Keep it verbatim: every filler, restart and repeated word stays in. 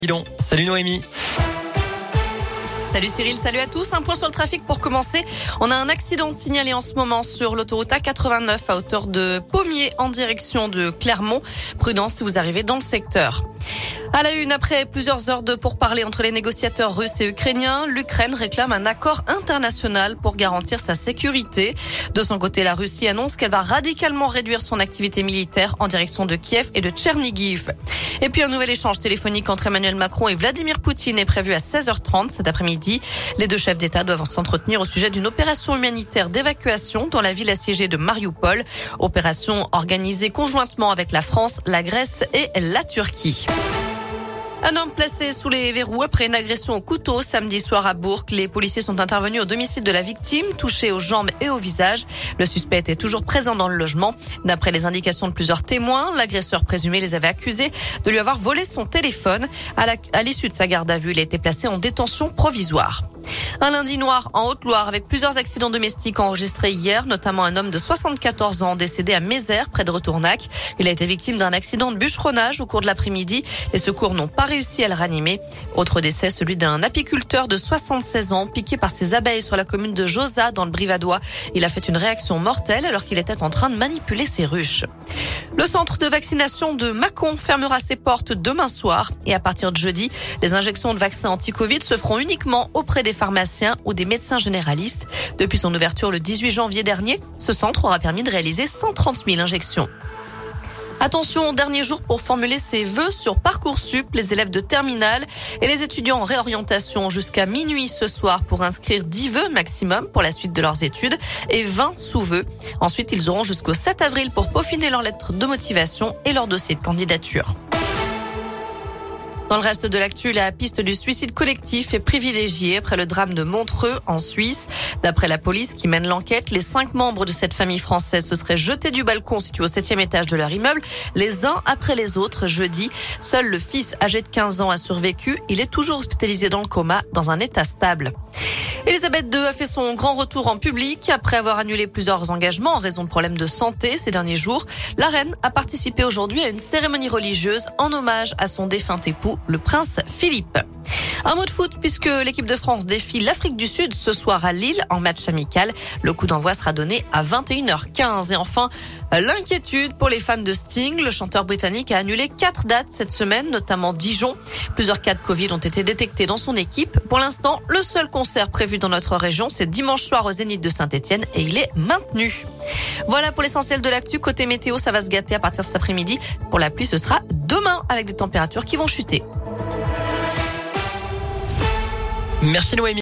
Pilon. Salut Noémie. Salut Cyril, salut à tous. Un point sur le trafic pour commencer. On a un accident signalé en ce moment sur l'autoroute A quatre-vingt-neuf à hauteur de Pommier en direction de Clermont. Prudence si vous arrivez dans le secteur. À la une, après plusieurs heures de pourparlers entre les négociateurs russes et ukrainiens, l'Ukraine réclame un accord international pour garantir sa sécurité. De son côté, la Russie annonce qu'elle va radicalement réduire son activité militaire en direction de Kiev et de Tchernigiv. Et puis un nouvel échange téléphonique entre Emmanuel Macron et Vladimir Poutine est prévu à seize heures trente cet après-midi. Les deux chefs d'État doivent s'entretenir au sujet d'une opération humanitaire d'évacuation dans la ville assiégée de Mariupol. Opération organisée conjointement avec la France, la Grèce et la Turquie. Un homme placé sous les verrous après une agression au couteau samedi soir à Bourg. Les policiers sont intervenus au domicile de la victime, touchée aux jambes et au visage. Le suspect était toujours présent dans le logement. D'après les indications de plusieurs témoins, l'agresseur présumé les avait accusés de lui avoir volé son téléphone. À, la, à l'issue de sa garde à vue, il a été placé en détention provisoire. Un lundi noir en Haute-Loire avec plusieurs accidents domestiques enregistrés hier, notamment un homme de soixante-quatorze ans décédé à Mézères, près de Retournac. Il a été victime d'un accident de bûcheronnage au cours de l'après-midi. Les secours n'ont pas réussi à le ranimer. Autre décès, celui d'un apiculteur de soixante-seize ans piqué par ses abeilles sur la commune de Josat dans le Brivadois. Il a fait une réaction mortelle alors qu'il était en train de manipuler ses ruches. Le centre de vaccination de Mâcon fermera ses portes demain soir et à partir de jeudi, les injections de vaccins anti-Covid se feront uniquement auprès des pharmaciens ou des médecins généralistes. Depuis son ouverture le dix-huit janvier dernier, ce centre aura permis de réaliser cent trente mille injections. Attention, dernier jour pour formuler ses vœux sur Parcoursup, les élèves de terminale et les étudiants en réorientation jusqu'à minuit ce soir pour inscrire dix vœux maximum pour la suite de leurs études et vingt sous-vœux. Ensuite, ils auront jusqu'au sept avril pour peaufiner leurs lettres de motivation et leur dossier de candidature. Dans le reste de l'actu, la piste du suicide collectif est privilégiée après le drame de Montreux en Suisse. D'après la police qui mène l'enquête, les cinq membres de cette famille française se seraient jetés du balcon situé au septième étage de leur immeuble, les uns après les autres jeudi. Seul le fils âgé de quinze ans a survécu. Il est toujours hospitalisé dans le coma dans un état stable. Elisabeth deux a fait son grand retour en public après avoir annulé plusieurs engagements en raison de problèmes de santé ces derniers jours. La reine a participé aujourd'hui à une cérémonie religieuse en hommage à son défunt époux, le prince Philippe. Un mot de foot puisque l'équipe de France défie l'Afrique du Sud ce soir à Lille en match amical. Le coup d'envoi sera donné à vingt et une heures quinze. Et enfin, l'inquiétude pour les fans de Sting. Le chanteur britannique a annulé quatre dates cette semaine, notamment Dijon. Plusieurs cas de Covid ont été détectés dans son équipe. Pour l'instant, le seul concert prévu dans notre région, c'est dimanche soir au Zénith de Saint-Etienne et il est maintenu. Voilà pour l'essentiel de l'actu. Côté météo, ça va se gâter à partir de cet après-midi. Pour la pluie, ce sera demain avec des températures qui vont chuter. Merci Noémie.